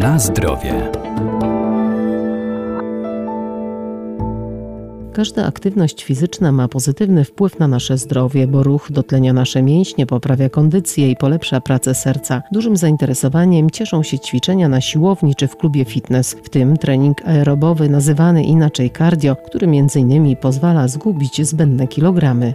Na zdrowie. Każda aktywność fizyczna ma pozytywny wpływ na nasze zdrowie, bo ruch dotlenia nasze mięśnie, poprawia kondycję i polepsza pracę serca. Dużym zainteresowaniem cieszą się ćwiczenia na siłowni czy w klubie fitness, w tym trening aerobowy nazywany inaczej cardio, który m.in. pozwala zgubić zbędne kilogramy.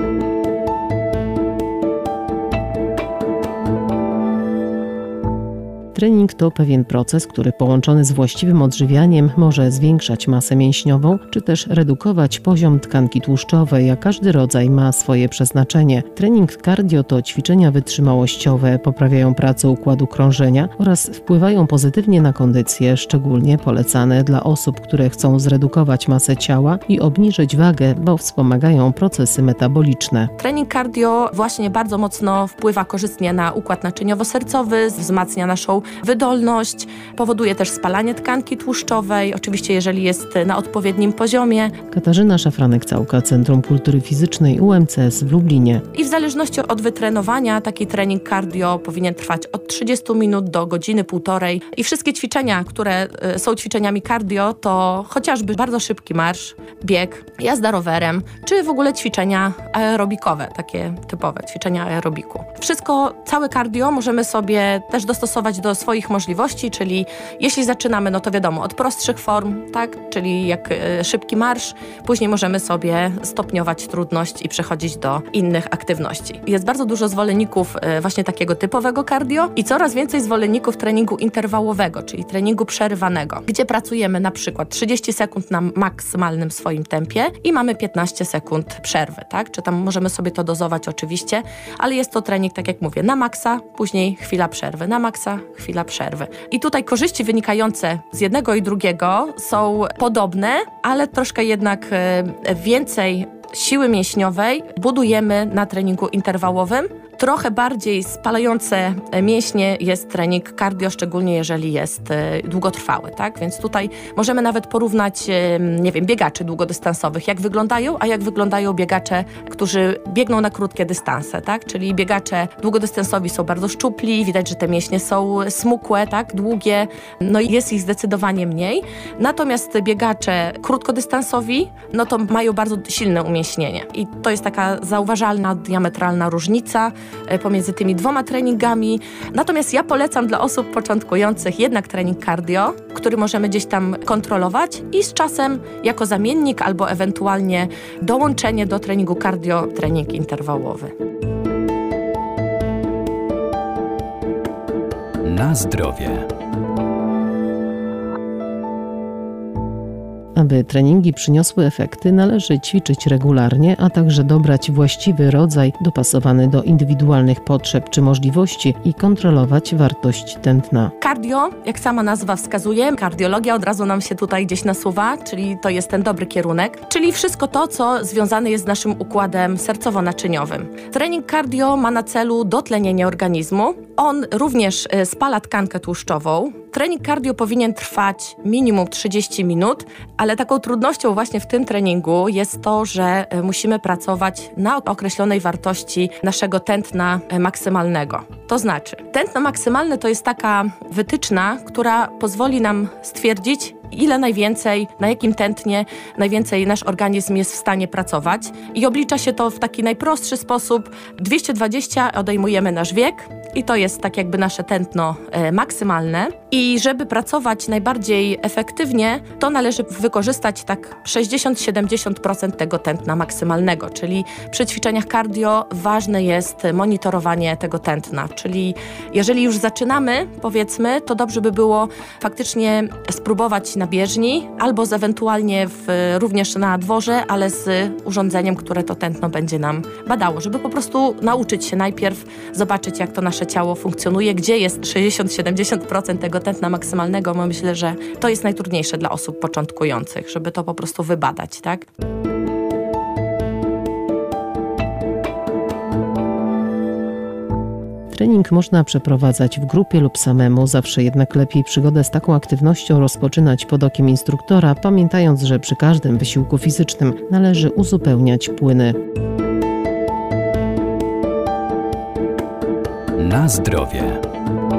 Trening to pewien proces, który połączony z właściwym odżywianiem może zwiększać masę mięśniową, czy też redukować poziom tkanki tłuszczowej, a każdy rodzaj ma swoje przeznaczenie. Trening cardio to ćwiczenia wytrzymałościowe, poprawiają pracę układu krążenia oraz wpływają pozytywnie na kondycję, szczególnie polecane dla osób, które chcą zredukować masę ciała i obniżyć wagę, bo wspomagają procesy metaboliczne. Trening cardio właśnie bardzo mocno wpływa korzystnie na układ naczyniowo-sercowy, wzmacnia naszą wydolność, powoduje też spalanie tkanki tłuszczowej, oczywiście jeżeli jest na odpowiednim poziomie. Katarzyna Szafranek-Całka, Centrum Kultury Fizycznej UMCS w Lublinie. I w zależności od wytrenowania taki trening cardio powinien trwać od 30 minut do godziny, półtorej. I wszystkie ćwiczenia, które są ćwiczeniami cardio, to chociażby bardzo szybki marsz, bieg, jazda rowerem, czy w ogóle ćwiczenia aerobikowe, takie typowe ćwiczenia aerobiku. Całe cardio możemy sobie też dostosować do swoich możliwości, czyli jeśli zaczynamy, no to wiadomo, od prostszych form, tak, czyli jak szybki marsz, później możemy sobie stopniować trudność i przechodzić do innych aktywności. Jest bardzo dużo zwolenników właśnie takiego typowego cardio i coraz więcej zwolenników treningu interwałowego, czyli treningu przerywanego, gdzie pracujemy na przykład 30 sekund na maksymalnym swoim tempie i mamy 15 sekund przerwy, tak, czy tam możemy sobie to dozować oczywiście, ale jest to trening, tak jak mówię, na maksa, później chwila przerwy, na maksa, chwila przerwy. I tutaj korzyści wynikające z jednego i drugiego są podobne, ale troszkę jednak więcej siły mięśniowej budujemy na treningu interwałowym. Trochę bardziej spalające mięśnie jest trening cardio, szczególnie jeżeli jest długotrwały, tak? Więc tutaj możemy nawet porównać, biegaczy długodystansowych, jak wyglądają, a jak wyglądają biegacze, którzy biegną na krótkie dystanse, tak? Czyli biegacze długodystansowi są bardzo szczupli, widać, że te mięśnie są smukłe, tak? Długie, no i jest ich zdecydowanie mniej. Natomiast biegacze krótkodystansowi, no to mają bardzo silne umięśnienie. I to jest taka zauważalna, diametralna różnica pomiędzy tymi dwoma treningami. Natomiast ja polecam dla osób początkujących jednak trening cardio, który możemy gdzieś tam kontrolować i z czasem jako zamiennik albo ewentualnie dołączenie do treningu cardio trening interwałowy. Na zdrowie. Aby treningi przyniosły efekty, należy ćwiczyć regularnie, a także dobrać właściwy rodzaj dopasowany do indywidualnych potrzeb czy możliwości i kontrolować wartość tętna. Cardio, jak sama nazwa wskazuje, kardiologia od razu nam się tutaj gdzieś nasuwa, czyli to jest ten dobry kierunek, czyli wszystko to, co związane jest z naszym układem sercowo-naczyniowym. Trening cardio ma na celu dotlenienie organizmu. On również spala tkankę tłuszczową. Trening cardio powinien trwać minimum 30 minut, ale taką trudnością właśnie w tym treningu jest to, że musimy pracować na określonej wartości naszego tętna maksymalnego. To znaczy, tętno maksymalne to jest taka wytyczna, która pozwoli nam stwierdzić, ile najwięcej, na jakim tętnie najwięcej nasz organizm jest w stanie pracować. I oblicza się to w taki najprostszy sposób. 220 odejmujemy nasz wiek i to jest tak jakby nasze tętno maksymalne. I żeby pracować najbardziej efektywnie, to należy wykorzystać tak 60-70% tego tętna maksymalnego, czyli przy ćwiczeniach cardio ważne jest monitorowanie tego tętna, czyli jeżeli już zaczynamy, powiedzmy, to dobrze by było faktycznie spróbować na bieżni albo ewentualnie również na dworze, ale z urządzeniem, które to tętno będzie nam badało, żeby po prostu nauczyć się najpierw, zobaczyć jak to nasze ciało funkcjonuje, gdzie jest 60-70% tego tętna maksymalnego, bo myślę, że to jest najtrudniejsze dla osób początkujących, żeby to po prostu wybadać, tak? Trening można przeprowadzać w grupie lub samemu, zawsze jednak lepiej przygodę z taką aktywnością rozpoczynać pod okiem instruktora, pamiętając, że przy każdym wysiłku fizycznym należy uzupełniać płyny. Na zdrowie.